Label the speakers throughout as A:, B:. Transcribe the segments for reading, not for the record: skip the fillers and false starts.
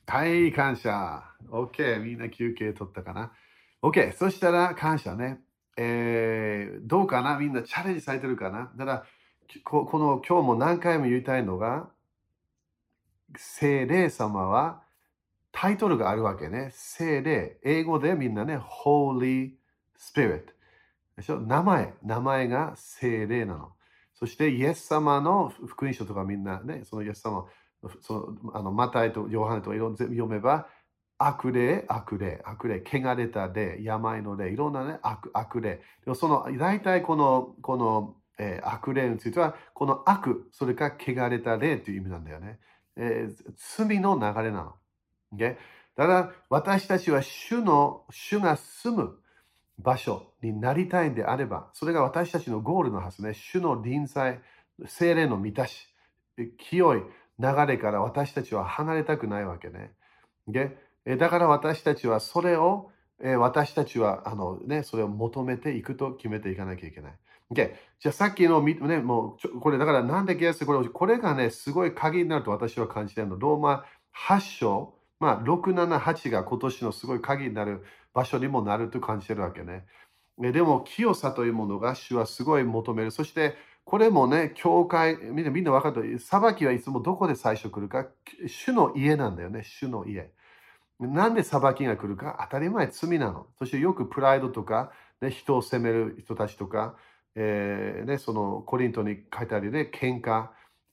A: はい、感謝。OK、みんな休憩取ったかな。OK、そしたら感謝ね。どうかなみんなチャレンジされてるかなだから、この今日も何回も言いたいのが、聖霊様はタイトルがあるわけね。聖霊。英語でみんなね、Holy Spirit。でしょ名前が聖霊なの。そして、イエス様の福音書とかみんなね、そのイエス様、マタイとヨハネとかいろんな読めば、悪霊、汚れた霊、病の霊、いろんなね、悪霊。でも大体この悪霊については、この悪、それから汚れた霊という意味なんだよね。罪の流れなの。Okay？ だから私たちは主が住む場所になりたいんであれば、それが私たちのゴールのはずね。主の臨在、精霊の満たし、清い流れから私たちは離れたくないわけね。だから私たちはそれを、私たちはそれを求めていくと決めていかなきゃいけない。じゃあさっきの、もうこれだからなんでこれがね、すごい鍵になると私は感じているの。ローマ8章、6、7、8が今年のすごい鍵になる場所にもなると感じてるわけね。でも、清さというものが主はすごい求める。そして、これもね、教会、みんな分かると、裁きはいつもどこで最初来るか、主の家なんだよね、主の家。なんで裁きが来るか、当たり前、罪なの。そしてよくプライドとか、人を責める人たちとか、そのコリントに書いてあるね、喧嘩、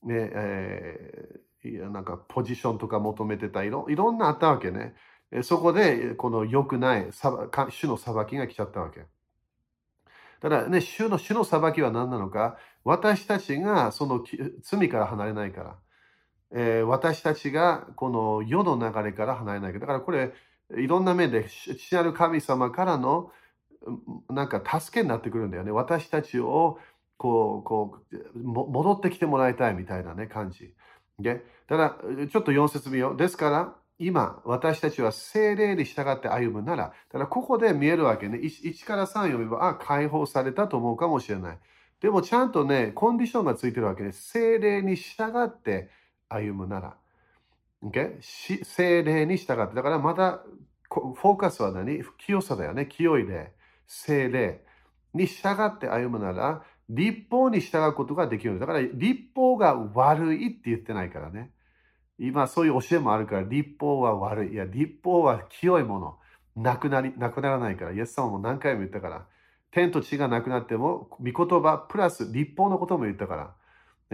A: なんかポジションとか求めてたいろんなあったわけね。そこで、この良くない主の裁きが来ちゃったわけ。ただね、主の裁きは何なのか、私たちがその罪から離れないから、私たちがこの世の流れから離れないから。だからこれ、いろんな面で父なる神様からのなんか助けになってくるんだよね。私たちを戻ってきてもらいたいみたいなね、感じ。ただ、ちょっと4節見よう。ですから、今、私たちは聖霊に従って歩むなら、ただここで見えるわけね。1から3読めば、解放されたと思うかもしれない。でもちゃんとね、コンディションがついてるわけです。聖霊に従って歩むなら。聖霊に従って。だからまだ、フォーカスは何？清さだよね。清い霊。聖霊に従って歩むなら、立法に従うことができる。だから、立法が悪いって言ってないからね。今、そういう教えもあるから、立法は悪い。いや、立法は清いもの。なくならないから。イエス様も何回も言ったから。天と地がなくなっても、御言葉プラス立法のことも言ったから。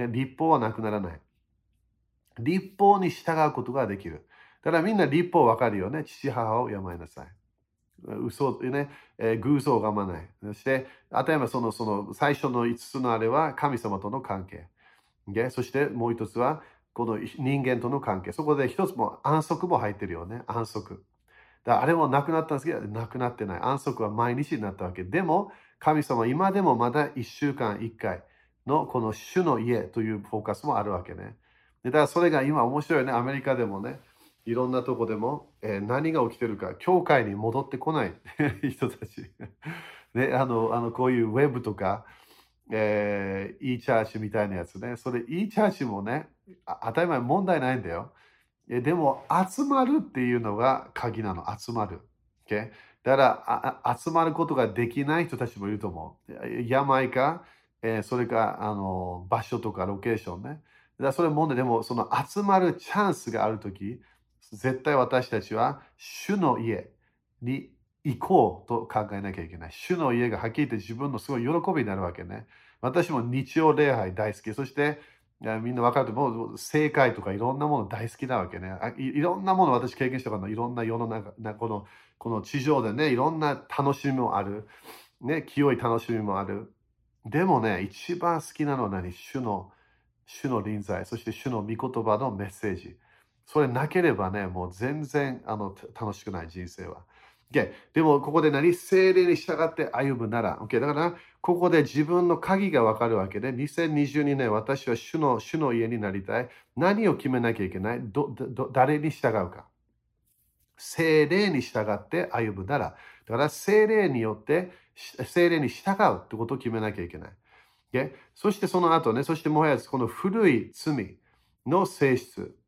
A: 立法はなくならない。立法に従うことができる。だからみんな立法わかるよね。父母を敬いなさい。嘘ね、偶像を我慢ない。そして、例えばその最初の5つのあれは神様との関係。そしてもう一つは、この人間との関係。そこで一つも安息も入ってるよね。安息。あれもなくなったんですけど、なくなってない。安息は毎日になったわけ。でも、神様は今でもまだ1週間1回のこの主の家というフォーカスもあるわけね。だからそれが今面白いね。アメリカでもね。いろんなとこでも、何が起きてるか、教会に戻ってこない人たち。ね、こういうウェブとか、e チャーチみたいなやつね。それ e チャーチもね、当たり前問題ないんだよ。でも、集まるっていうのが鍵なの。集まる。だから集まることができない人たちもいると思う。病か、それか、場所とかロケーションね。だからそれ問題でも、その集まるチャンスがあるとき、絶対私たちは主の家に行こうと考えなきゃいけない。主の家がはっきり言って自分のすごい喜びになるわけね。私も日曜礼拝大好き。そして、みんな分かると思う。正解とかいろんなもの大好きなわけね。いろんなもの私経験したからいろんな世の中、この地上でね、いろんな楽しみもある。ね、清い楽しみもある。でもね、一番好きなのは何？主の臨在、そして主の御言葉のメッセージ。それなければね、もう全然楽しくない人生は。でも、ここで聖霊に従って歩むなら。だから、ここで自分の鍵がわかるわけで、2022年、私は主の家になりたい。何を決めなきゃいけない？誰に従うか。聖霊に従って歩むなら。だから、聖霊によって、聖霊に従うってことを決めなきゃいけない。そしてその後ね、そしてもはやこの古い罪の性質。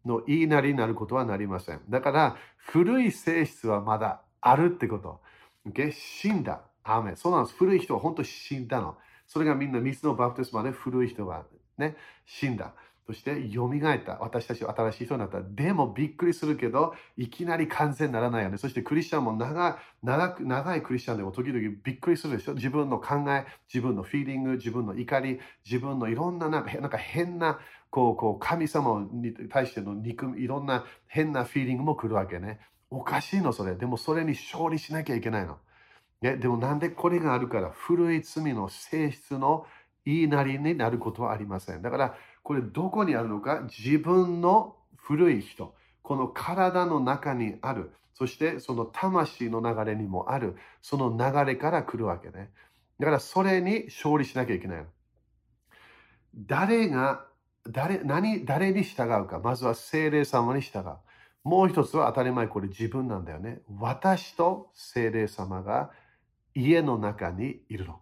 A: の言いなりになることはなりません。だから、古い性質はまだあるってこと。Okay? 死んだ。アーメン。そうなんです。古い人は本当に死んだの。それがみんな水のバプテスマで古い人はね、死んだ。そして蘇った。私たちは新しい人になった。でもびっくりするけど、いきなり完全にならないよね。そしてクリスチャンも長いクリスチャンでも時々びっくりするでしょ。自分の考え、自分のフィーリング、自分の怒り、自分のいろんななんか変な神様に対してのいろんな変なフィーリングも来るわけね。おかしいの、それ。でもそれに勝利しなきゃいけないの。でもなんでこれがあるから、古い罪の性質の言いなりになることはありません。だから、これどこにあるのか、自分の古い人、この体の中にある、そしてその魂の流れにもある、その流れから来るわけね。だからそれに勝利しなきゃいけない。誰に従うか。まずは聖霊様に従う。もう一つは当たり前、これ自分なんだよね。私と聖霊様が家の中にいるの。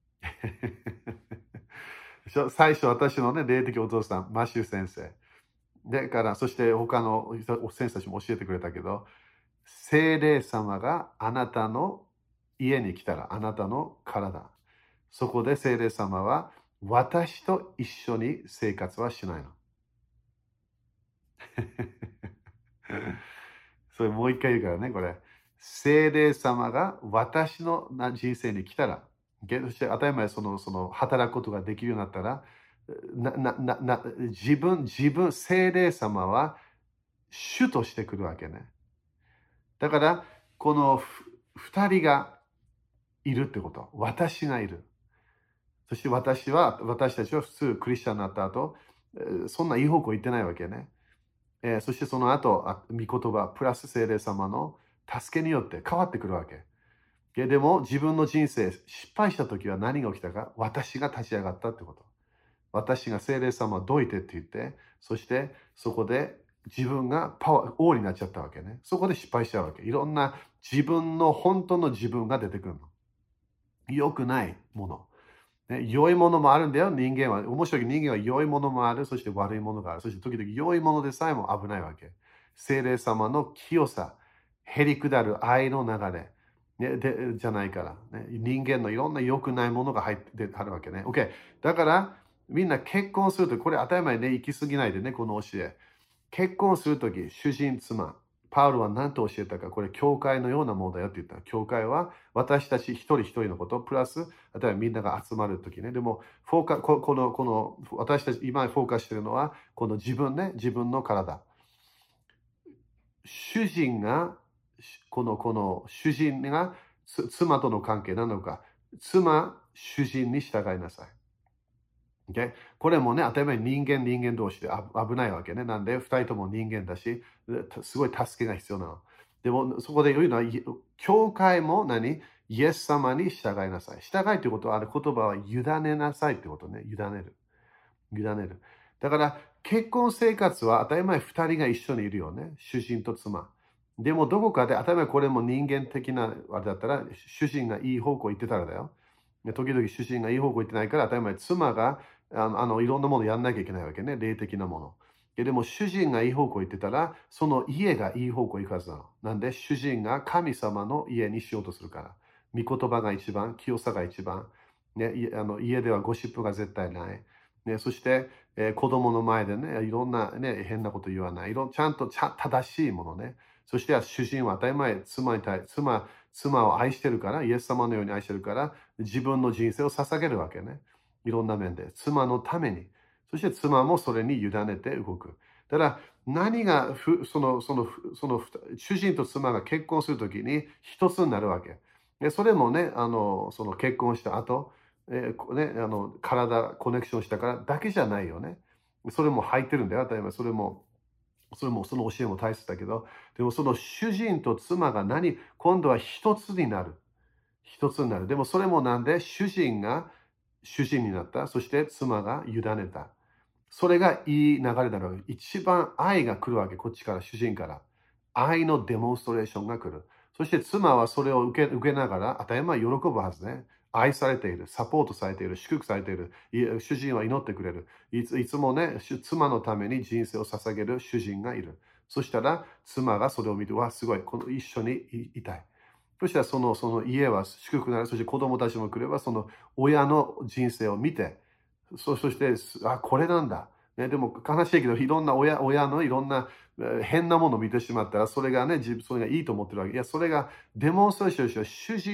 A: 最初、私のね、霊的お父さん、マシュー先生。そして他の先生たちも教えてくれたけど、聖霊様があなたの家に来たら、あなたの体。そこで聖霊様は、私と一緒に生活はしないの。それもう一回言うからね、これ。聖霊様が私の人生に来たら、そして当たり前その働くことができるようになったら、自分、聖霊様は主としてくるわけね。だから、この二人がいるってこと。私がいる。そして私たちは普通クリスチャンになった後、そんないい方向行ってないわけね。そしてその後、御言葉、プラス聖霊様の助けによって変わってくるわけ。でも自分の人生、失敗した時は何が起きたか、私が立ち上がったってこと。私が聖霊様どいてって言って、そしてそこで自分が王になっちゃったわけね。そこで失敗しちゃうわけ。いろんな自分の本当の自分が出てくるの。良くないもの。ね、良いものもあるんだよ、人間は。面白い人間は良いものもある、そして悪いものがある。そして時々良いものでさえも危ないわけ。聖霊様の清さ、へりくだる愛の流れ、じゃないから、ね。人間のいろんな良くないものが入ってあるわけね。OK。だから、みんな結婚するとき、これ当たり前ね、行き過ぎないでね、この教え。結婚するとき、主人、妻、パウロは何と教えたか、これ、教会のようなものだよって言った。教会は私たち一人一人のこと、プラス、例えばみんなが集まるときね。でも、私たち今フォーカスしているのは、この自分ね、自分の体。主人が、この主人が妻との関係なのか、妻、主人に従いなさい。Okay? これもね、当たり前に人間同士で危ないわけね。なんで、二人とも人間だし、すごい助けが必要なの。でも、そこで言うのは、教会もイエス様に従いなさい。従いということは、言葉は委ねなさいということね。委ねる。委ねる。だから、結婚生活は当たり前二人が一緒にいるよね。主人と妻。でも、どこかで、当たり前これも人間的なあれだったら、主人がいい方向行ってたらだよ。時々主人がいい方向行ってないから、当たり前妻がいろんなものやんなきゃいけないわけね。霊的なもの。でも主人がいい方向行ってたら、その家がいい方向行くはずなの。なんで主人が神様の家にしようとするから。御言葉が一番、清さが一番。ね、家ではゴシップが絶対ない。ね、そして、子供の前でね、いろんな、ね、変なこと言わない。ちゃんと正しいものね。そして主人は当たり前、妻を愛してるから、イエス様のように愛してるから、自分の人生を捧げるわけね。いろんな面で。妻のために。そして妻もそれに委ねて動く。だから、何が主人と妻が結婚するときに一つになるわけ。でそれもね、その結婚した後、体コネクションしたからだけじゃないよね。それも入ってるんだよ。例えばそれもその教えも大切だけど、でもその主人と妻が今度は一つになる。一つになる。でもそれもなんで主人が主人になった。そして妻が委ねた。それがいい流れだろう。一番愛が来るわけ。こっちから、主人から。愛のデモンストレーションが来る。そして妻はそれを受けながら、当たり前喜ぶはずね。 愛されている、サポートされている、祝福されている、主人は祈ってくれる。いつもね、妻のために人生を捧げる主人がいる。そしたら、妻がそれを見て、わ、すごい、一緒にいたい。そしたらその家は祝福になる。そして子供たちも来れば、その親の人生を見て、そして、あ、これなんだ。ね、でも悲しいけど、いろんな親のいろんな変なものを見てしまったら、それがね、それがいいと思ってるわけ。いや、それがデモンストレーションして、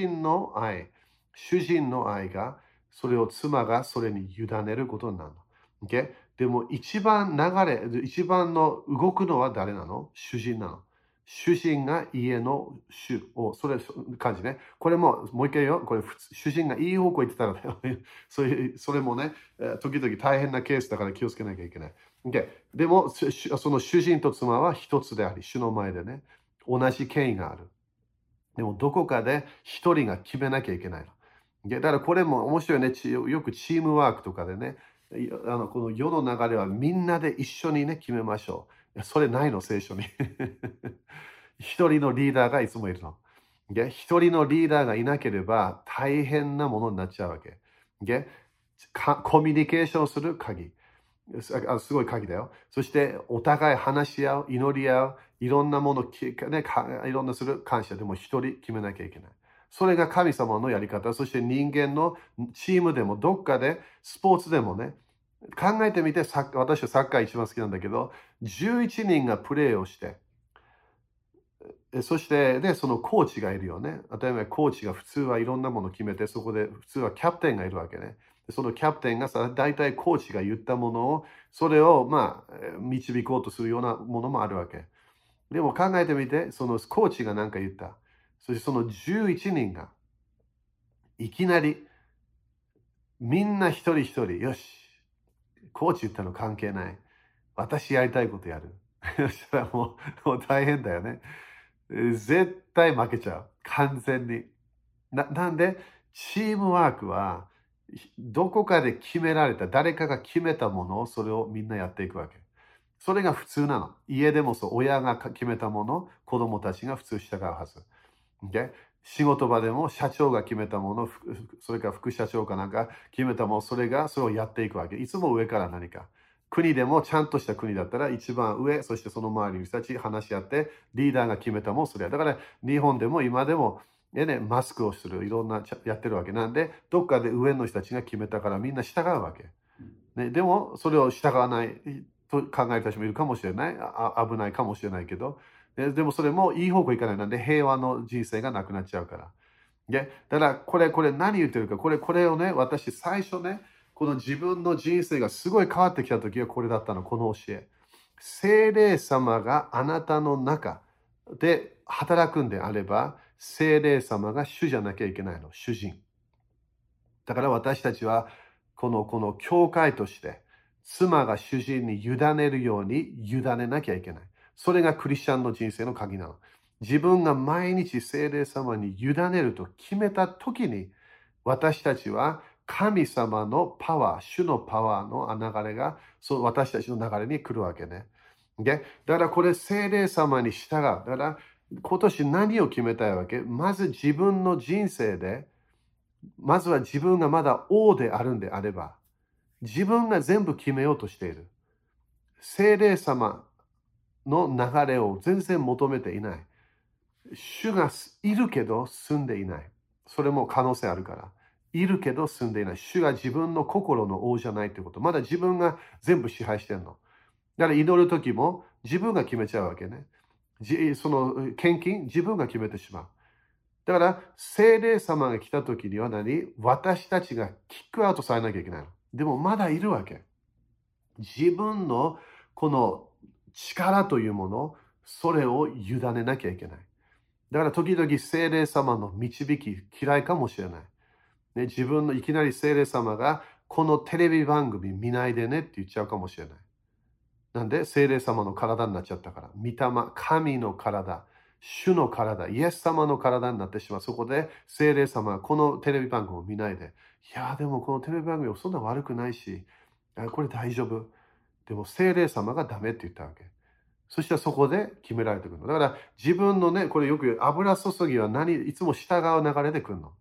A: 主人の愛が、それを妻がそれに委ねることになるの。Okay？ でも一番一番の動くのは誰なの？主人なの。主人が家の主を、それ感じね。これもう一回言うよ。これ主人がいい方向行ってたらそれもね、時々大変なケースだから気をつけなきゃいけない。Okay？ でも、その主人と妻は一つであり、主の前でね、同じ権威がある。でも、どこかで一人が決めなきゃいけないの。だからこれも面白いね。よくチームワークとかでね、この世の流れはみんなで一緒にね、決めましょう。それないの、聖書に。一人のリーダーがいつもいるの。一人のリーダーがいなければ大変なものになっちゃうわけ。コミュニケーションする鍵。すごい鍵だよ。そして、お互い話し合う、祈り合う、いろんなもの、ね、いろんなする感謝でも一人決めなきゃいけない。それが神様のやり方。そして人間のチームでも、どっかで、スポーツでもね、考えてみて、私はサッカー一番好きなんだけど、11人がプレーをして、そして、で、そのコーチがいるよね。例えば、コーチが普通はいろんなものを決めて、そこで普通はキャプテンがいるわけね。そのキャプテンがさ、大体コーチが言ったものを、それを、導こうとするようなものもあるわけ。でも考えてみて、そのコーチが何か言った。そしてその11人が、いきなり、みんな一人一人、よし、コーチ言ったの関係ない。私やりたいことやる。そしたらもう大変だよね。絶対負けちゃう。完全に。なんで、チームワークは、どこかで決められた、誰かが決めたものを、それをみんなやっていくわけ。それが普通なの。家でもそう、親が決めたもの、子供たちが普通従うはず。Okay？ 仕事場でも社長が決めたもの、それから副社長かなんか決めたもの、それをやっていくわけ。いつも上から何か。国でもちゃんとした国だったら一番上、そしてその周りの人たち話し合って、リーダーが決めたもの、それや。だから日本でも今でも、マスクをする、いろんなやってるわけなんで、どっかで上の人たちが決めたからみんな従うわけ。でも、それを従わないと考えた人もいるかもしれない。危ないかもしれないけど、でもそれもいい方向いかない。なんで平和の人生がなくなっちゃうから。だからこれ何言ってるか。これをね、私最初ね、この自分の人生がすごい変わってきた時はこれだったの、この教え。聖霊様があなたの中で働くんであれば、聖霊様が主じゃなきゃいけないの、主人。だから私たちはこの教会として、妻が主人に委ねるように委ねなきゃいけない。それがクリスチャンの人生の鍵なの。自分が毎日聖霊様に委ねると決めた時に、私たちは神様のパワー、主のパワーの流れが、私たちの流れに来るわけね。だからこれ聖霊様に従う。だから今年何を決めたいわけ？まず自分の人生で、まずは自分がまだ王であるんであれば、自分が全部決めようとしている。聖霊様の流れを全然求めていない。主がいるけど住んでいない。それも可能性あるから。いるけど住んでいない。主が自分の心の王じゃないってこと。まだ自分が全部支配してるの。だから祈るときも自分が決めちゃうわけね。その献金、自分が決めてしまう。だから、聖霊様が来た時には私たちがキックアウトされなきゃいけないの。でもまだいるわけ。自分のこの力というもの、それを委ねなきゃいけない。だから時々聖霊様の導き嫌いかもしれない。自分のいきなり聖霊様がこのテレビ番組見ないでねって言っちゃうかもしれない。なんで聖霊様の体になっちゃったから。御霊、神の体。主の体、イエス様の体になってしまう。そこで聖霊様はこのテレビ番組を見ないで、いや、でもこのテレビ番組はそんな悪くないし、これ大丈夫。でも聖霊様がダメって言ったわけ。そしたらそこで決められてくるの。だから自分のね、これよく油注ぎはいつも従う流れで来るの。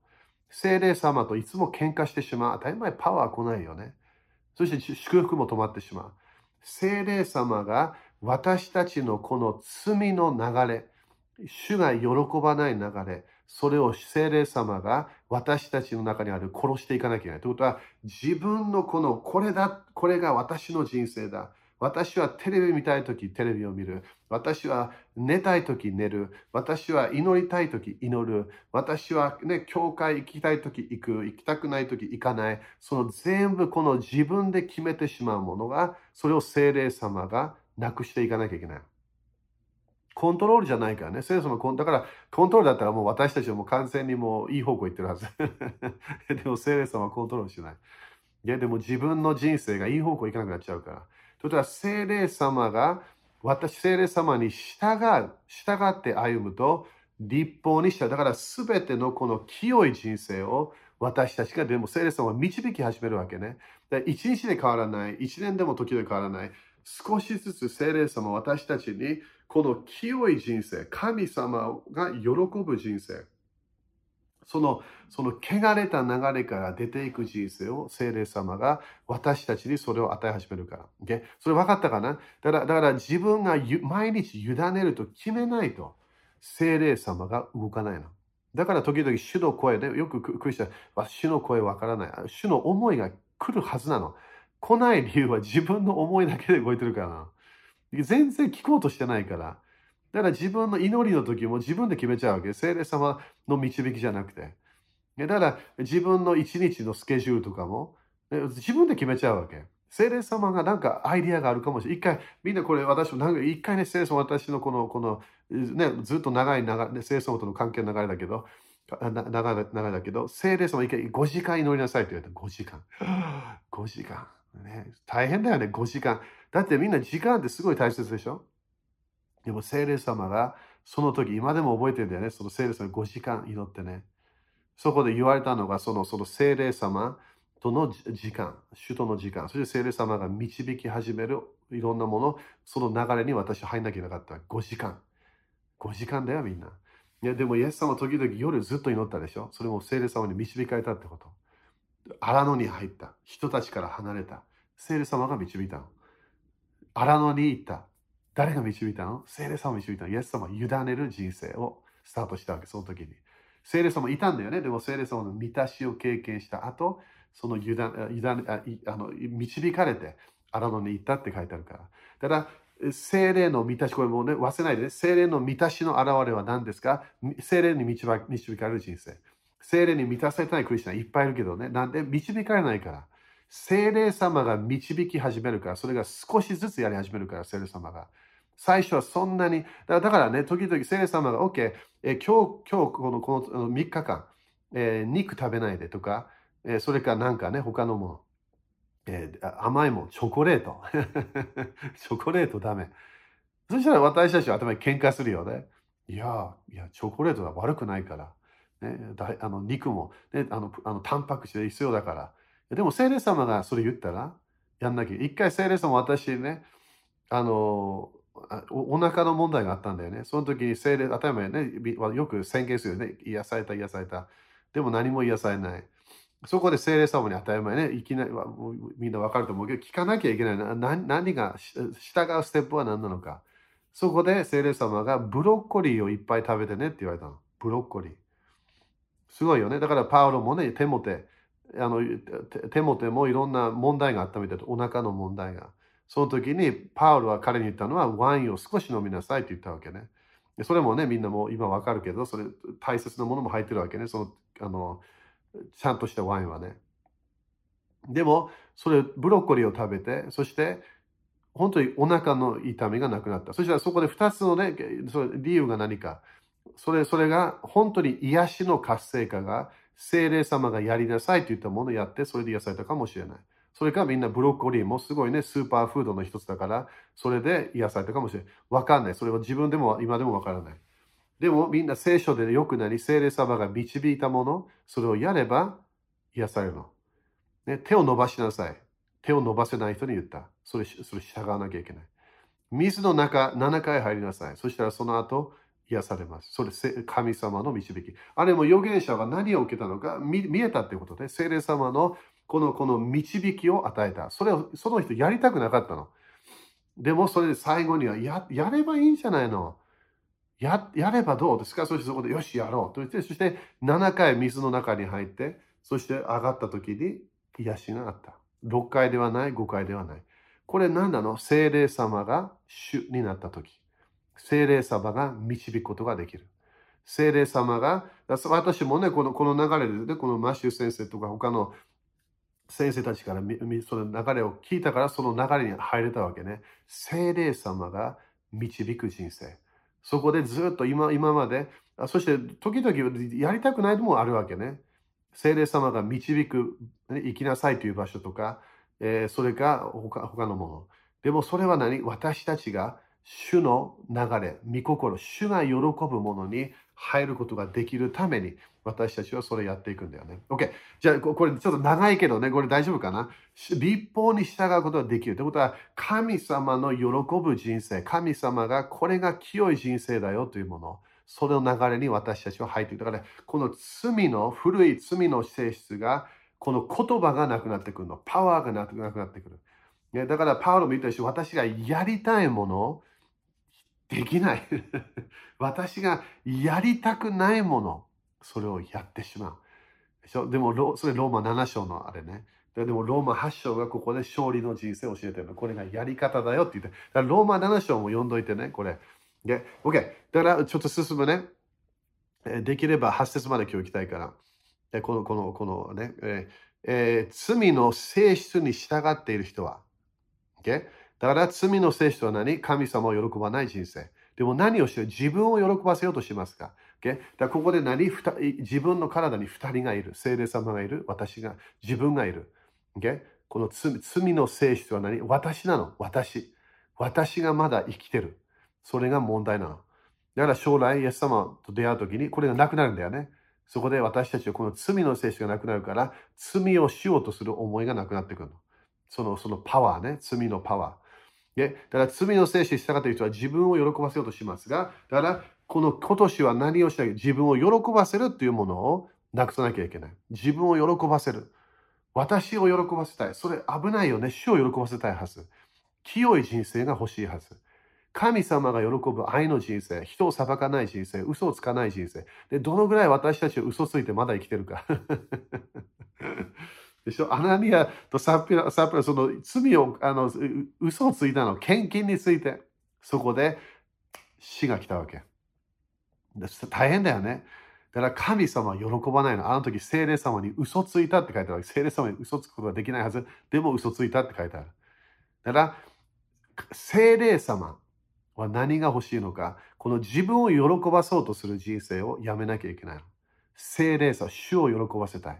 A: 聖霊様といつも喧嘩してしまう。当たり前パワー来ないよね。そして祝福も止まってしまう。聖霊様が私たちのこの罪の流れ、主が喜ばない流れ、それを聖霊様が私たちの中にある殺していかなきゃいけない。ということは、自分のこれが私の人生だ。私はテレビ見たいときテレビを見る。私は寝たいとき寝る。私は祈りたいとき祈る。私はね、教会行きたいとき行く。行きたくないとき行かない。その全部この自分で決めてしまうものが、それを聖霊様がなくしていかなきゃいけない。コントロールじゃないからね。聖霊様だからコントロールだったらもう私たちはもう完全にもういい方向行ってるはず。でも聖霊様はコントロールしない。いや、でも自分の人生がいい方向行かなくなっちゃうから。ということは聖霊様が聖霊様に従って歩むと、立法に従う。だから全てのこの清い人生を私たちがでも聖霊様は導き始めるわけね。一日で変わらない。一年でも時で変わらない。少しずつ聖霊様は私たちにこの清い人生、神様が喜ぶ人生、その汚れた流れから出ていく人生を聖霊様が私たちにそれを与え始めるから。Okay? それ分かったかな？だから自分が毎日委ねると決めないと聖霊様が動かないの。だから時々主の声で、よくクリスチャンは主の声分からない。主の思いが来るはずなの。来ない理由は自分の思いだけで動いてるからな。全然聞こうとしてないから。だから自分の祈りの時も自分で決めちゃうわけ。聖霊様の導きじゃなくて。だから自分の一日のスケジュールとかも自分で決めちゃうわけ。聖霊様がなんかアイディアがあるかもしれない。一回、みんなこれ私も一回ね、聖霊様私のこのね、ずっと長い聖霊様との関係の流れだけど、長いだけど、聖霊様一回5時間祈りなさいって言われた。5時間。5時間。ね、大変だよね、5時間。だってみんな時間ってすごい大切でしょ？でも聖霊様がその時、今でも覚えてるんだよね。その聖霊様5時間祈ってね。そこで言われたのが、その聖霊様との時間、主との時間、そして聖霊様が導き始めるいろんなもの、その流れに私は入んなきゃいけなかった。5時間。5時間だよ、みんな。いや、でも、イエス様は時々夜ずっと祈ったでしょ？それも聖霊様に導かれたってこと。荒野に入った。人たちから離れた。聖霊様が導いたの。荒野に行った。誰が導いたの？聖霊様が導いたの。イエス様は委ねる人生をスタートしたわけ、その時に。聖霊様いたんだよね。でも聖霊様の満たしを経験した後、その導かれて荒野に行ったって書いてあるから。だから、聖霊の満たし、これもね、忘れないでね。聖霊の満たしの現れは何ですか？聖霊に導かれる人生。聖霊に満たされてないクリスチャンいっぱいいるけどね。なんで導かれないから。聖霊様が導き始めるから、それが少しずつやり始めるから、聖霊様が。最初はそんなに、だからね、時々聖霊様が、OK、今日この3日間、肉食べないでとか、それからなんかね、他のもの、甘いもん、チョコレート。チョコレートダメ。そしたら私たちは頭に喧嘩するよね。いや、チョコレートは悪くないから。ね、肉も、ね、タンパク質必要だから。でも、聖霊様がそれ言ったら、やんなきゃ。一回聖霊様私ね、お腹の問題があったんだよね。その時に聖霊、当たり前ね、よく宣言するよね。癒された、癒された。でも何も癒されない。そこで聖霊様に当たり前ね、いきなり、みんなわかると思うけど、聞かなきゃいけない。何が、従うステップは何なのか。そこで聖霊様がブロッコリーをいっぱい食べてねって言われたの。ブロッコリー。すごいよね。だからパウロもね、テモテもいろんな問題があったみたいで、お腹の問題が。その時にパウロは彼に言ったのは、ワインを少し飲みなさいって言ったわけね。それもね、みんなも今わかるけど、それ大切なものも入ってるわけね。ちゃんとしたワインはね。でも、ブロッコリーを食べて、そして、本当にお腹の痛みがなくなった。そしたらそこで2つのね、理由が何か。それが本当に癒しの活性化が聖霊様がやりなさいと言ったものをやって、それで癒されたかもしれない。それからみんなブロッコリーもすごいね、スーパーフードの一つだから、それで癒されたかもしれない。わかんない。それは自分でも今でもわからない。でもみんな聖書でよくなり、聖霊様が導いたもの、それをやれば癒されるの。ね、手を伸ばしなさい。手を伸ばせない人に言った。それ従わなきゃいけない。水の中7回入りなさい。そしたらその後、 癒されます。それ、神様の導き。あれも預言者は何を受けたのか、見えたってことで、聖霊様のこの導きを与えた。それを、その人やりたくなかったの。でも、それで最後には、やればいいんじゃないの。やればどうですか。そしてそこで、よし、やろうと言って、そして7回水の中に入って、そして上がった時に癒しがあった。6回ではない、5回ではない。これ何なの？聖霊様が主になった時。聖霊様が導くことができる。聖霊様が、私もね、この流れでね、このマシュー先生とか他の先生たちからその流れを聞いたから、その流れに入れたわけね。聖霊様が導く人生。そこでずっと今まで、そして時々やりたくないのもあるわけね。聖霊様が導く、行きなさいという場所とか、それか他のもの。でもそれは私たちが主の流れ、御心、主が喜ぶものに入ることができるために、私たちはそれやっていくんだよね。OK。じゃあ、これちょっと長いけどね、これ大丈夫かな？立法に従うことができる。ということは、神様の喜ぶ人生、神様がこれが清い人生だよというもの、その流れに私たちは入っていく。だから、この古い罪の性質が、この言葉がなくなってくるの。パワーがなくなってくる。ね、だから、パウロも言ったし、私がやりたいもの、できない。私がやりたくないもの、それをやってしまう。でも、それローマ7章のあれね。でも、ローマ8章がここで勝利の人生を教えてるの。これがやり方だよって言って。だからローマ7章も読んどいてね、これ。で、OK。だから、ちょっと進むね。できれば8節まで今日行きたいから。このね、罪の性質に従っている人は、OK？ だから罪の性質は何？神様を喜ばない人生。でも何をして自分を喜ばせようとしますか？ OK？ だからここで自分の体に2人がいる。聖霊様がいる。自分がいる。OK？ この罪の性質は何？私なの。私がまだ生きてる。それが問題なの。だから将来、イエス様と出会うときに、これがなくなるんだよね。そこで私たちはこの罪の性質がなくなるから、罪をしようとする思いがなくなってくるの。そのパワーね、罪のパワー。だから罪の性質に従っている人は自分を喜ばせようとしますが、だから今年は何をしなきゃ、自分を喜ばせるというものをなくさなきゃいけない。自分を喜ばせる。私を喜ばせたい。それ危ないよね。主を喜ばせたいはず。清い人生が欲しいはず。神様が喜ぶ愛の人生、人を裁かない人生、嘘をつかない人生。で、どのぐらい私たちは嘘ついてまだ生きてるか。でしょ。アナニアとサプラ、その罪を、嘘をついたの、献金について、そこで死が来たわけ。大変だよね。だから神様は喜ばないの。あの時聖霊様に嘘ついたって書いてあるわけ。聖霊様に嘘つくことができないはず。でも嘘ついたって書いてある。だから、聖霊様は何が欲しいのか。この自分を喜ばそうとする人生をやめなきゃいけないの。聖霊様、主を喜ばせたい。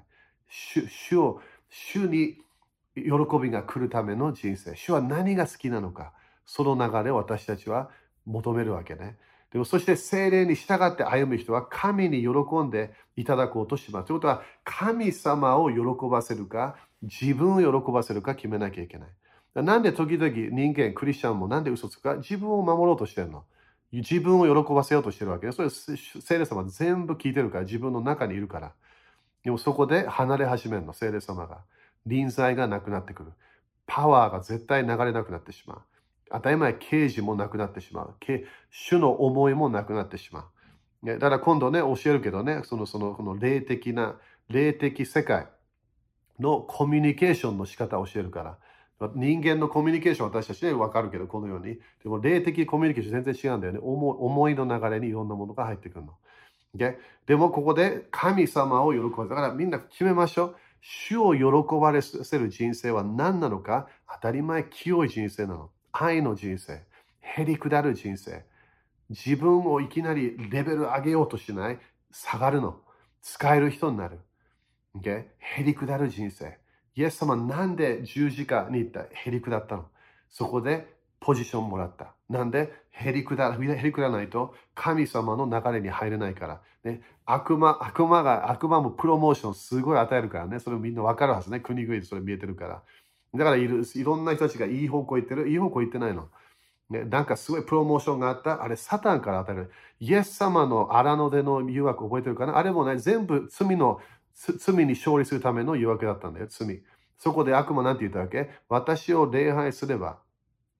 A: 主に喜びが来るための人生。主は何が好きなのか。その流れを私たちは求めるわけね。でもそして聖霊に従って歩む人は神に喜んでいただこうとします。ということは神様を喜ばせるか自分を喜ばせるか決めなきゃいけない。なんで時々人間、クリスチャンもなんで嘘つくか自分を守ろうとしてるの。自分を喜ばせようとしてるわけで、それ聖霊様は全部聞いてるから、自分の中にいるから。でもそこで離れ始めるの、聖霊様が。臨在がなくなってくる。パワーが絶対流れなくなってしまう。当たり前、啓示もなくなってしまう。主の思いもなくなってしまう。だから今度ね、教えるけどね、この霊的世界のコミュニケーションの仕方を教えるから。人間のコミュニケーションは私たちで分かるけど、このように。でも霊的コミュニケーション全然違うんだよね。思いの流れにいろんなものが入ってくるの。でもここで神様を喜ばせる。だからみんな決めましょう。主を喜ばせる人生は何なのか。当たり前、清い人生なの。愛の人生。へりくだる人生。自分をいきなりレベル上げようとしない。下がるの。使える人になる。へりくだる人生。イエス様なんで十字架に行ったへりくだったの。そこでポジションもらった。なんでへりくだらないと神様の流れに入れないから。ね、悪魔もプロモーションすごい与えるからね。それをみんなわかるはずね。国々でそれ見えてるから。だからいろんな人たちがいい方向行ってる。いい方向行ってないの。 ね、なんかすごいプロモーションがあった。あれ、サタンから与える。イエス様の荒野での誘惑覚えてるかな。あれもね、全部罪に勝利するための誘惑だったんだよ、罪。そこで悪魔なんて言ったわけ？私を礼拝すれば、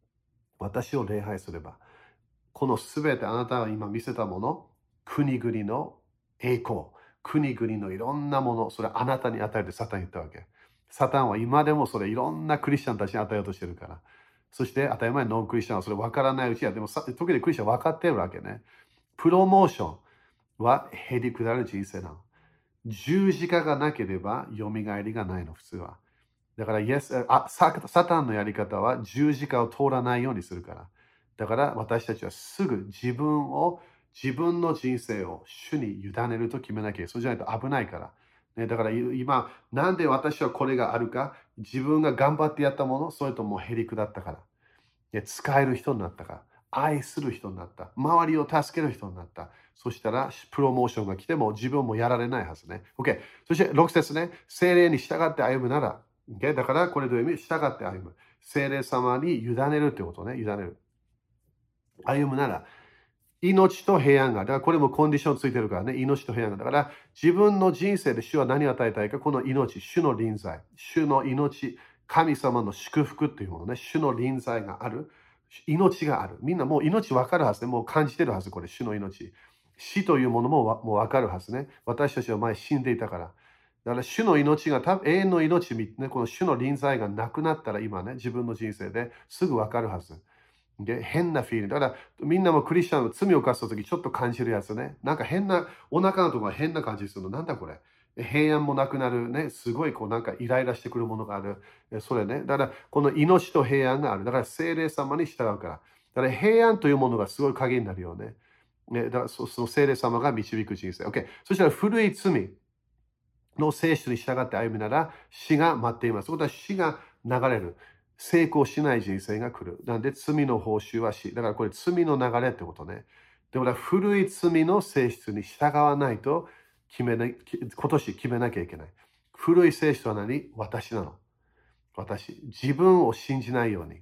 A: このすべてあなたが今見せたもの、国々の栄光、国々のいろんなもの、それあなたに与えてサタン言ったわけ。サタンは今でもそれいろんなクリスチャンたちに与えようとしてるから。そして当たり前ノンクリスチャンはそれ分からないうちは、でも時々クリスチャン分かってるわけね。プロモーションはへりくだる人生なの。十字架がなければ蘇りがないの、普通は。だからサタンのやり方は十字架を通らないようにするから。だから私たちはすぐ自分の人生を主に委ねると決めなきゃ。そうじゃないと危ないから。ね、だから今、なんで私はこれがあるか、自分が頑張ってやったもの、それともへりくだったから。使える人になったから。愛する人になった。周りを助ける人になった。そしたら、プロモーションが来ても自分もやられないはずね。OK。そして、6節ね。聖霊に従って歩むなら、OK。だから、これどういう意味？従って歩む。聖霊様に委ねるってことね。委ねる。歩むなら、命と平安が。だからこれもコンディションついてるからね。命と平安が。だから自分の人生で主は何を与えたいか。この命、主の臨在。主の命、神様の祝福っていうものね。主の臨在がある。命がある。みんなもう命分かるはずね。もう感じてるはず。これ、主の命。死というものももう分かるはずね。私たちは前死んでいたから。だから主の命が永遠の命、ね、この主の臨在がなくなったら今ね、自分の人生ですぐ分かるはず。で、変なフィーリング。だから、みんなもクリスチャンの罪を犯したときちょっと感じるやつね。なんか変な、お腹のところが変な感じするの。なんだこれ。平安もなくなるね。すごいこうなんかイライラしてくるものがある。それね。だから、この命と平安がある。だから、聖霊様に従うから。だから、平安というものがすごい鍵になるよね。だからその聖霊様が導く人生。OK。そしたら、古い罪の性質に従って歩むなら、死が待っています。そこは死が流れる。成功しない人生が来る。なんで罪の報酬は死。だからこれ罪の流れってことね。でも古い罪の性質に従わないと今年決めなきゃいけない。古い性質は何？私なの。私。自分を信じないように。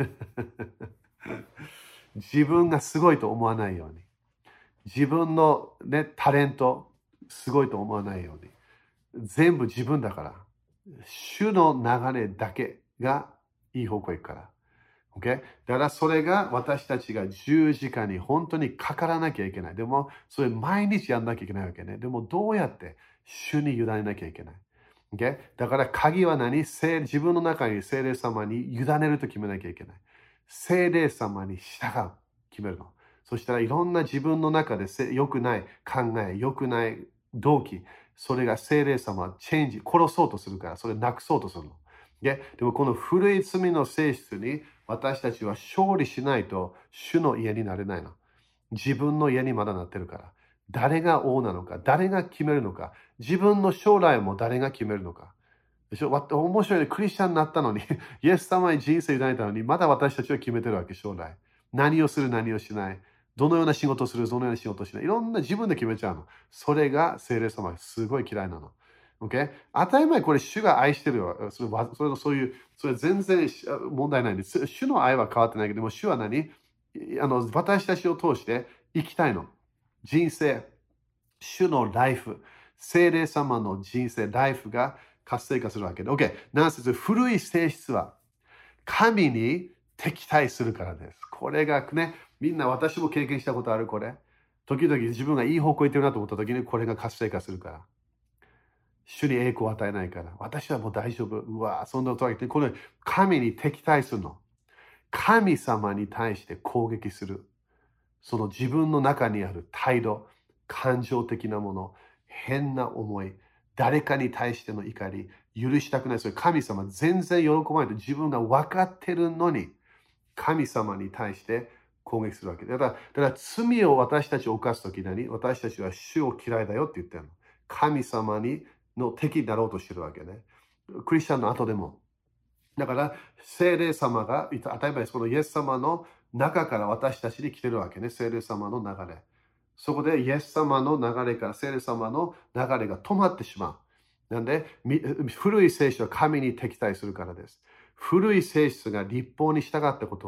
A: 自分がすごいと思わないように。自分の、ね、タレント、すごいと思わないように。全部自分だから。主の流れだけがいい方向へ行くから。Okay？ だからそれが私たちが十字架に本当にかからなきゃいけない。でも、それ毎日やんなきゃいけないわけね。でも、どうやって主に委ねなきゃいけない。Okay？ だから鍵は何？自分の中に聖霊様に委ねると決めなきゃいけない。聖霊様に従う。決めるの。そしたらいろんな自分の中で良くない考え、良くない動機、それが聖霊様はチェンジ、殺そうとするから、それなくそうとするの。でもこの古い罪の性質に私たちは勝利しないと主の家になれないの。自分の家にまだなってるから。誰が王なのか、誰が決めるのか、自分の将来も誰が決めるのか。でしょ？面白いね。クリスチャンになったのに、イエス様に人生を委ねたのに、まだ私たちは決めてるわけ、将来。何をする、何をしない。どのような仕事をする、どのような仕事をしない。いろんな自分で決めちゃうの。それが聖霊様、すごい嫌いなの。Okay？ 当たり前、これ、主が愛してるよ。それ全然問題ないんです。主の愛は変わってないけど、でも主は私たちを通して生きたいの。人生、主のライフ、聖霊様の人生、ライフが活性化するわけで。OK。何節、古い性質は神に敵対するからです。これがね、みんな私も経験したことある、これ。時々自分がいい方向行ってるなと思った時にこれが活性化するから。主に栄光を与えないから。私はもう大丈夫。うわそんなことは言って、これ神に敵対するの。神様に対して攻撃する。その自分の中にある態度、感情的なもの、変な思い、誰かに対しての怒り、許したくない。それ神様全然喜ばないと自分が分かってるのに、神様に対して攻撃するわけだから、罪を私たちを犯すときに、私たちは主を嫌いだよって言ってるの。神様の敵になろうとしてるわけね。クリスチャンの後でも。だから、聖霊様が、当たり前です。このイエス様の中から私たちに来てるわけね。聖霊様の流れ。そこでイエス様の流れから聖霊様の流れが止まってしまう。なんで、古い性質は神に敵対するからです。古い性質が立法に従ったことは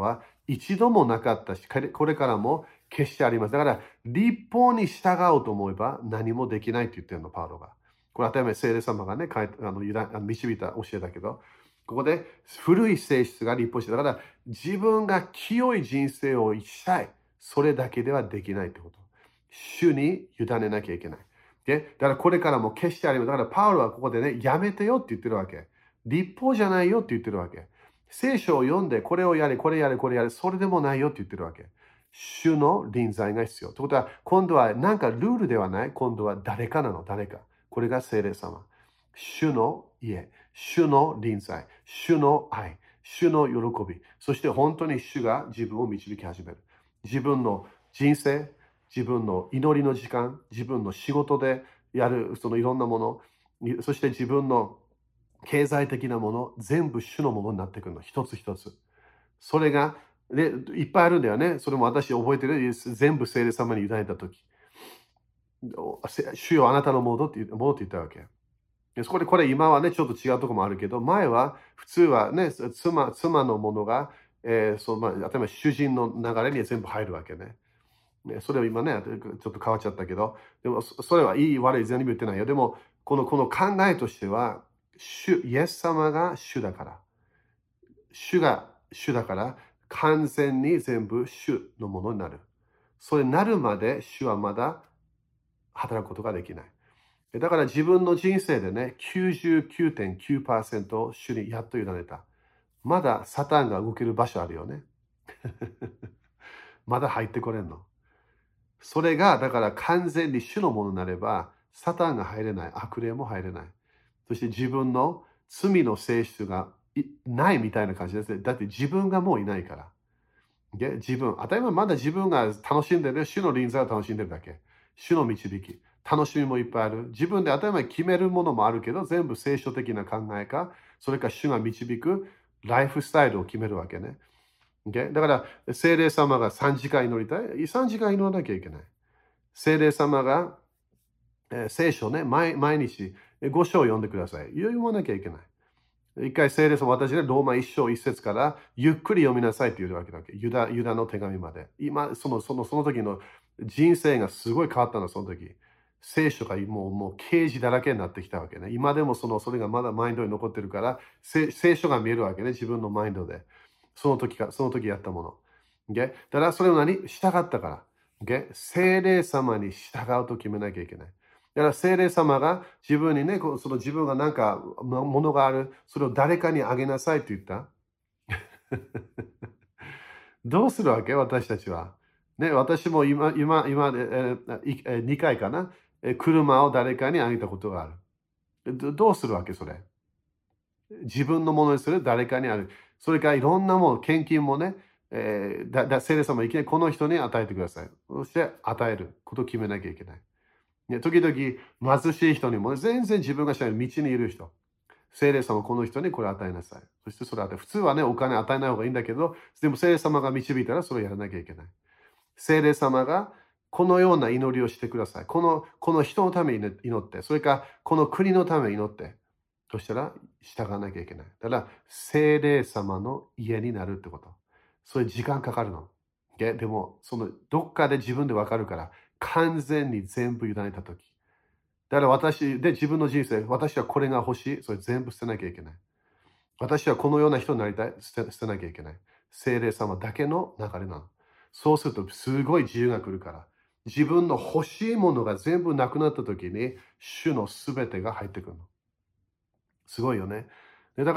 A: 一度もなかったし、これからも決してあります。だから、立法に従おうと思えば何もできないって言ってるの、パウロが。これ当たり前、聖霊様がね、導いた教えだけど、ここで古い性質が立法して、だから自分が清い人生を生きたい。それだけではできないってこと。主に委ねなきゃいけない。だからこれからも決してあります。だからパウロはここでね、やめてよって言ってるわけ。立法じゃないよって言ってるわけ。聖書を読んで、これをやれ、これやれ、これやれ、それでもないよって言ってるわけ。主の臨在が必要。ということは、今度はなんかルールではない。今度は誰かなの、誰か。これが聖霊様。主の家、主の臨在、主の愛、主の喜び。そして本当に主が自分を導き始める。自分の人生、自分の祈りの時間、自分の仕事でやるそのいろんなもの、そして自分の経済的なもの、全部主のものになってくるの。一つ一つ。それが、ね、いっぱいあるんだよね。それも私覚えてる。全部聖霊様に委ねたとき。主よあなたのものって言ったわけ。これ今はね、ちょっと違うところもあるけど、前は普通はね、妻のものが、例えば主人の流れに全部入るわけね。それは今ね、ちょっと変わっちゃったけど、でもそれはいい悪い全部言ってないよ。でも、この考えとしては、イエス様が主だから。主が主だから、完全に全部主のものになる。それになるまで主はまだ働くことができない。だから自分の人生でね、99.9% を主にやっと委ねた。まだサタンが動ける場所あるよね。まだ入ってこれんの。それが、だから完全に主のものになれば、サタンが入れない、悪霊も入れない。そして自分の罪の性質がないみたいな感じですね。だって自分がもういないから。当たり前まだ自分が楽しんでる、主の臨在を楽しんでるだけ。主の導き。楽しみもいっぱいある。自分で当たり前決めるものもあるけど、全部聖書的な考えか、それか主が導くライフスタイルを決めるわけね。だから、聖霊様が3時間祈りたい。3時間祈らなきゃいけない。聖霊様が、聖書ね、毎日5章読んでください。読まなきゃいけない。一回聖霊様、私ね、ローマ1章1節からゆっくり読みなさいって言うわけだ。ユダの手紙まで。今、その時の人生がすごい変わったの、その時。聖書がもう啓示だらけになってきたわけね。今でもそれがまだマインドに残ってるから、聖書が見えるわけね、自分のマインドで。その時やったもの。だからそれを従ったから。聖霊様に従うと決めなきゃいけない。だから聖霊様が自分にね、その自分がなんかものがある、それを誰かにあげなさいと言った。どうするわけ私たちは。ね、私も今で、2回かな、車を誰かにあげたことがある。どうするわけそれ。自分のものにする、誰かにある。それからいろんなもの、献金もね、聖霊様いきなりこの人に与えてください。そして与えることを決めなきゃいけない。時々貧しい人にも、全然自分が知らない道にいる人。聖霊様この人にこれ与えなさい。そしてそれ与え。普通はね、お金与えない方がいいんだけど、でも聖霊様が導いたらそれをやらなきゃいけない。聖霊様がこのような祈りをしてください。この人のために祈って、それからこの国のために祈って、そしたら従わなきゃいけない。だから聖霊様の家になるってこと。そういう時間かかるの。でも、どっかで自分でわかるから、完全に全部委ねたとき。だから自分の人生、私はこれが欲しい。それ全部捨てなきゃいけない。私はこのような人になりたい。捨てなきゃいけない。聖霊様だけの流れなの。そうすると、すごい自由が来るから。自分の欲しいものが全部なくなった時に、主のすべてが入ってくるの。すごいよね。だから、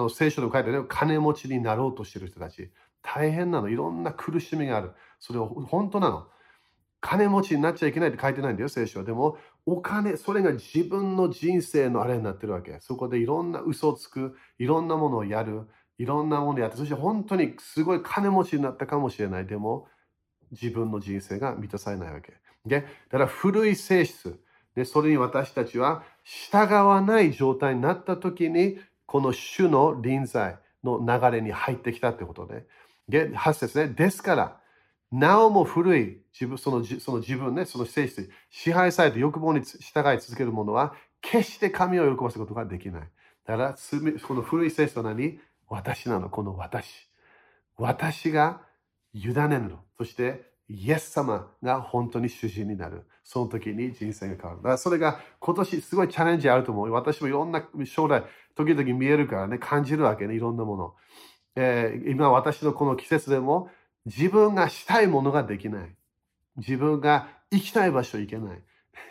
A: 聖書の書いてある、金持ちになろうとしている人たち。大変なの。いろんな苦しみがある。それは本当なの。金持ちになっちゃいけないって書いてないんだよ、聖書は。でも、それが自分の人生のあれになってるわけ。そこでいろんな嘘をつく、いろんなものをやる、いろんなものをやって、そして本当にすごい金持ちになったかもしれない。でも、自分の人生が満たされないわけ。だから古い性質。それに私たちは従わない状態になった時に、この主の臨在の流れに入ってきたってことね。8節ね。ですから、なおも古いその自分ね、その性質、支配されて欲望に従い続ける者は、決して神を喜ばせることができない。だから、この古い性質は何？私なの、この私。 私が委ねるの。そして、イエス様が本当に主人になる。その時に人生が変わる。だからそれが今年すごいチャレンジあると思う。私もいろんな将来、時々見えるからね、感じるわけね、いろんなもの。今私のこの季節でも自分がしたいものができない。自分が行きたい場所行けない。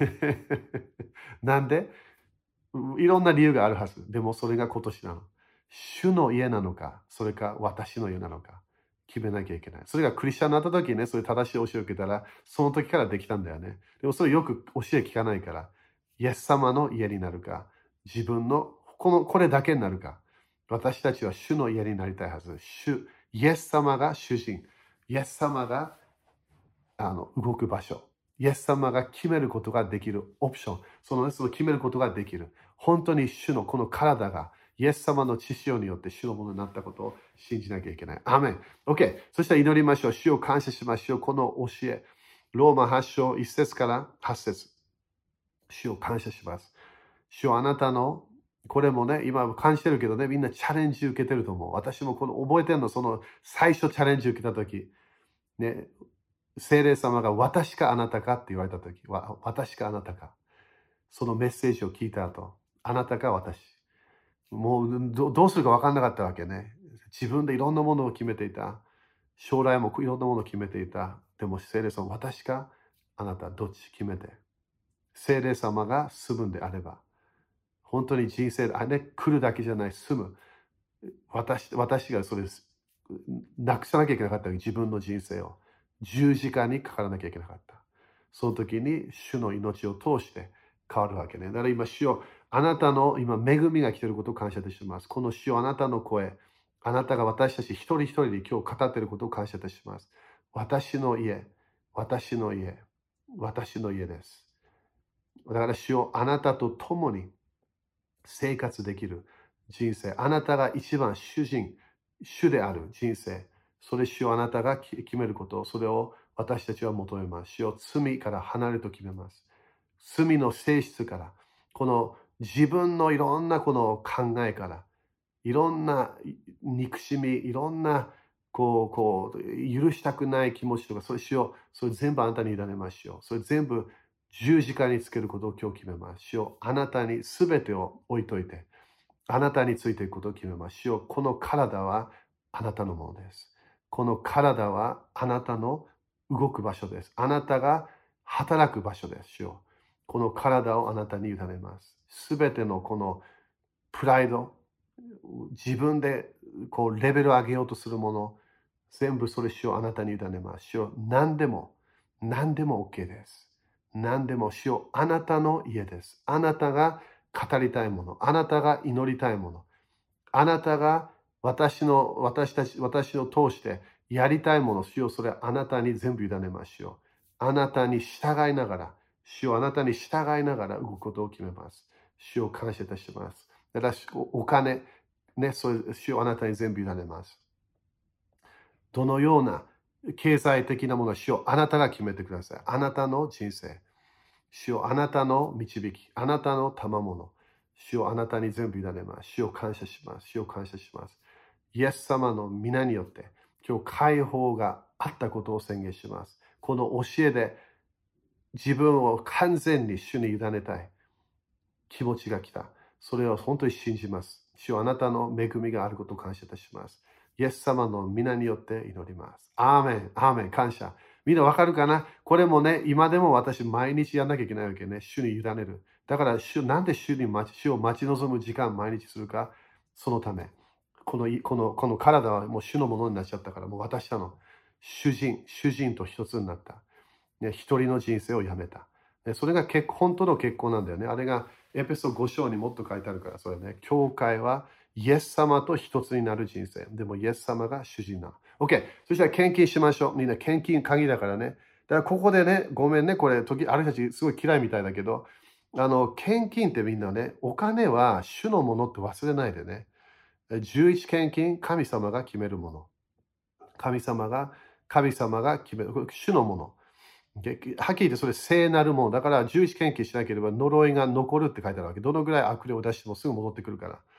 A: なんでいろんな理由があるはず。でもそれが今年なの。主の家なのか、それか私の家なのか、決めなきゃいけない。それがクリスチャンになった時ね、それ正しい教えを受けたら、その時からできたんだよね。でもそれよく教え聞かないから、イエス様の家になるか、自分のこれだけになるか。私たちは主の家になりたいはず。イエス様が主人。イエス様が動く場所。イエス様が決めることができるオプション。その決めることができる。本当に主のこの体がイエス様の血潮によって主のものになったことを信じなきゃいけない。アーメン。OK。そしたら祈りましょう。主を感謝しましょう。この教え。ローマ8章1節から8節。主を感謝します。主をあなたのこれもね、今感じてるけどね、みんなチャレンジ受けてると思う。私もこの覚えてるの、その最初チャレンジ受けたとき、ね、聖霊様が私かあなたかって言われたとき、私かあなたか。そのメッセージを聞いた後、あなたか私。もうどうするか分かんなかったわけね。自分でいろんなものを決めていた。将来もいろんなものを決めていた。でも聖霊様、私かあなた、どっち決めて。聖霊様が住むんであれば、本当に人生で、来るだけじゃない、住む。私がそれ、なくさなきゃいけなかったわけ、自分の人生を。十字架にかからなきゃいけなかった。その時に主の命を通して変わるわけね。だから今、主よ、あなたの今、恵みが来ていることを感謝いたします。この主よ、あなたの声、あなたが私たち一人一人で今日語っていることを感謝いたします。私の家、私の家、私の家です。だから主よ、あなたと共に生活できる人生。あなたが一番主である人生。それ主をあなたが決めること。それを私たちは求めます。主を罪から離れると決めます。罪の性質から、この自分のいろんなこの考えから、いろんな憎しみ、いろんな許したくない気持ちとか、それ全部あなたに委ねましょう。それ全部十字架につけることを今日決めます。主よ、あなたに全てを置いといて、あなたについていくことを決めます。主よ、この体はあなたのものです。この体はあなたの動く場所です。あなたが働く場所です。主よ、この体をあなたに委ねます。すべてのこのプライド、自分でレベルを上げようとするもの、全部それ主をあなたに委ねます。主よ、何でも OK です。何でも主よ、あなたの家です。あなたが語りたいもの、あなたが祈りたいもの、あなたが私を通してやりたいもの、主よ、それあなたに全部委ねましょう。あなたに従いながら、主よ、あなたに従いながら動くことを決めます。主を感謝いたします。だからお金、ね、そういう主をあなたに全部委ねます。どのような経済的なものを主をあなたが決めてください。あなたの人生。主をあなたの導き。あなたの賜物。主をあなたに全部委ねます。主を感謝します。主を感謝します。イエス様の皆によって今日解放があったことを宣言します。この教えで自分を完全に主に委ねたい気持ちが来た。それを本当に信じます。主はあなたの恵みがあることを感謝いたします。イエス様の皆によって祈ります。アーメン、アーメン、感謝。みんなわかるかな？これもね、今でも私毎日やんなきゃいけないわけね。主に委ねる。だからなんで主を待ち望む時間毎日するか？そのため。この体はもう主のものになっちゃったから、もう私の主人と一つになった。ね、一人の人生をやめた。それが本当の結婚なんだよね。あれがエペソ5章にもっと書いてあるから、それね。教会はイエス様と一つになる人生。でもイエス様が主人なの。OK。そしたら献金しましょう。みんな献金鍵だからね。だからここでね、ごめんね。これ、あれたちすごい嫌いみたいだけど、献金ってみんなね、お金は主のものって忘れないでね。11献金、神様が決めるもの。神様が決める。主のもの。はっきり言ってそれ聖なるもの。だから11献金しなければ呪いが残るって書いてあるわけ。どのぐらい悪霊を出してもすぐ戻ってくるから。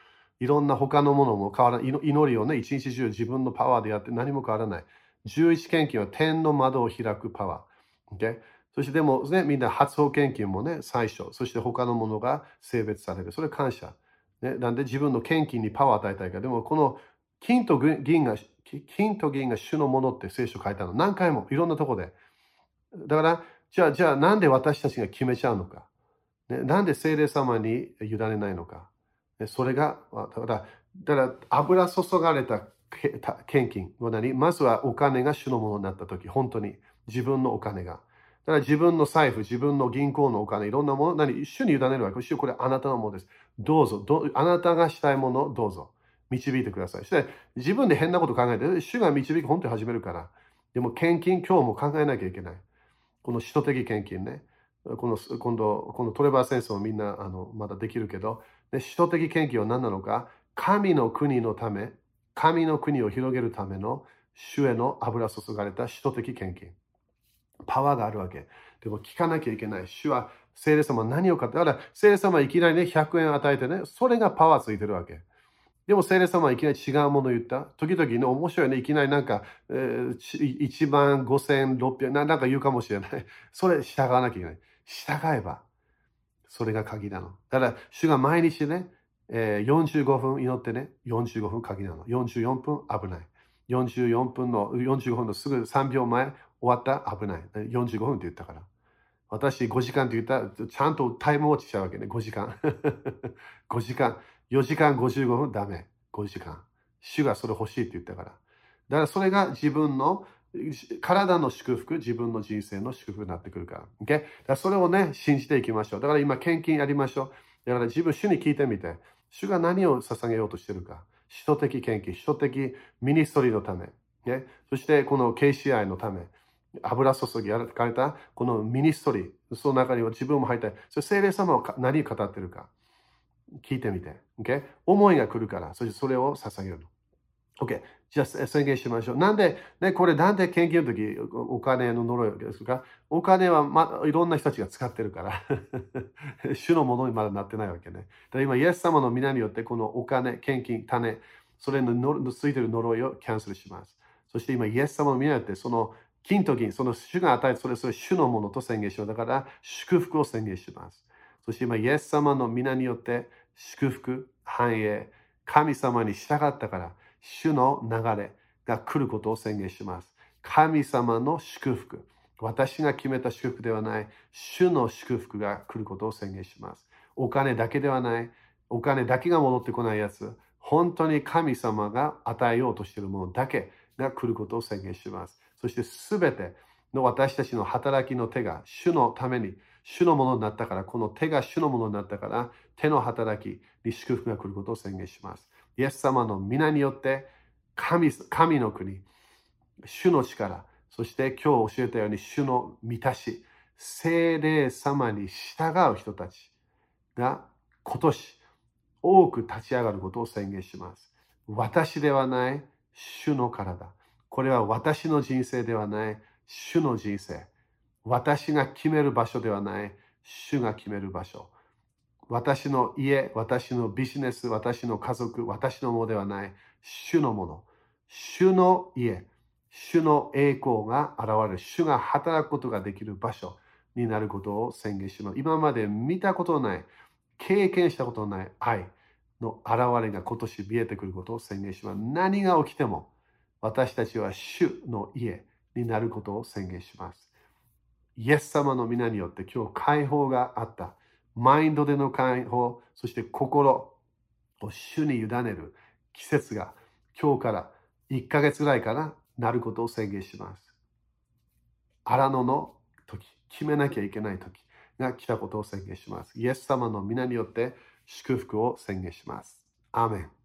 A: いろんな他のものも変わらない。祈りをね、一日中自分のパワーでやって何も変わらない。11献金は天の窓を開くパワー。Okay? そしてでもね、みんな発送献金もね、最初。そして他のものが性別される。それ感謝。ね、なんで自分の献金にパワーを与えたいか。でもこの金と銀が主のものって聖書書いたの。何回もいろんなとこで。だから、じゃあなんで私たちが決めちゃうのか。ね、なんで聖霊様に委ねないのか。それが、だから油注がれた献金は何？まずはお金が主のものになったとき、本当に自分のお金が。だから自分の財布、自分の銀行のお金、いろんなもの、主に委ねるわけ。主、これあなたのものです。どうぞ、あなたがしたいものをどうぞ。導いてください。そして自分で変なこと考えて、主が導き本当に始めるから。でも献金、今日も考えなきゃいけない。この使徒的献金ね。今度トレバー戦争みんなまだできるけど、使徒的献金は何なのか、神の国のため、神の国を広げるための主への油注がれた使徒的献金。パワーがあるわけ。でも聞かなきゃいけない。主は聖霊様は何をかって、だから聖霊様はいきなりね、100円与えてね、それがパワーついてるわけ。でも聖霊様はいきなり違うものを言った。時々ね、面白いね。いきなりなんか、1万5600、なんか言うかもしれない。それ従わなきゃいけない。従えば、それが鍵なの。だから、主が毎日ね、45分祈ってね、45分鍵なの。44分危ない。45分のすぐ3秒前終わった危ない。45分って言ったから。私5時間って言ったら、ちゃんとタイムウォッチしちゃうわけね。5時間。5時間。4時間55分ダメ。5時間。主がそれ欲しいって言ったから。だからそれが自分の体の祝福、自分の人生の祝福になってくるから。Okay? だからそれをね、信じていきましょう。だから今、献金やりましょう。だから自分、主に聞いてみて。主が何を捧げようとしているか。使徒的献金、使徒的ミニストリーのため。ね、そしてこの KCI のため。油注ぎやられたこのミニストリー、その中には自分も入って、それ聖霊様は何を語っているか聞いてみて。Okay? 思いが来るから、そしてそれを捧げるの。OK。じゃあ宣言しましょう。なんで献金の時お金の呪いですか？お金はいろんな人たちが使ってるから。主のものにまだなってないわけね。だから今、イエス様の皆によってこのお金、献金、種、それのついている呪いをキャンセルします。そして今、イエス様の皆によってその金と銀、その主が与えるそれ主のものと宣言しよう。だから祝福を宣言します。そして今、イエス様の皆によって祝福、繁栄、神様に従ったから、主の流れが来ることを宣言します。神様の祝福。私が決めた祝福ではない、主の祝福が来ることを宣言します。お金だけではない、お金だけが戻ってこないやつ、本当に神様が与えようとしているものだけが来ることを宣言します。そしてすべての私たちの働きの手が主のために、主のものになったから、この手が主のものになったから、手の働きに祝福が来ることを宣言します。イエス様の皆によって神の国、主の力、そして今日教えたように主の満たし、聖霊様に従う人たちが今年多く立ち上がることを宣言します。私ではない主の体。これは私の人生ではない主の人生。私が決める場所ではない主が決める場所。私の家、私のビジネス、私の家族、私のものではない、主のもの。主の家、主の栄光が現れる、主が働くことができる場所になることを宣言します。今まで見たことのない、経験したことのない愛の現れが今年見えてくることを宣言します。何が起きても、私たちは主の家になることを宣言します。イエス様の皆によって今日解放があった。マインドでの解放、そして心を主に委ねる季節が今日から1ヶ月ぐらいかな、なることを宣言します。荒野の時、決めなきゃいけない時が来たことを宣言します。イエス様の皆によって祝福を宣言します。アーメン。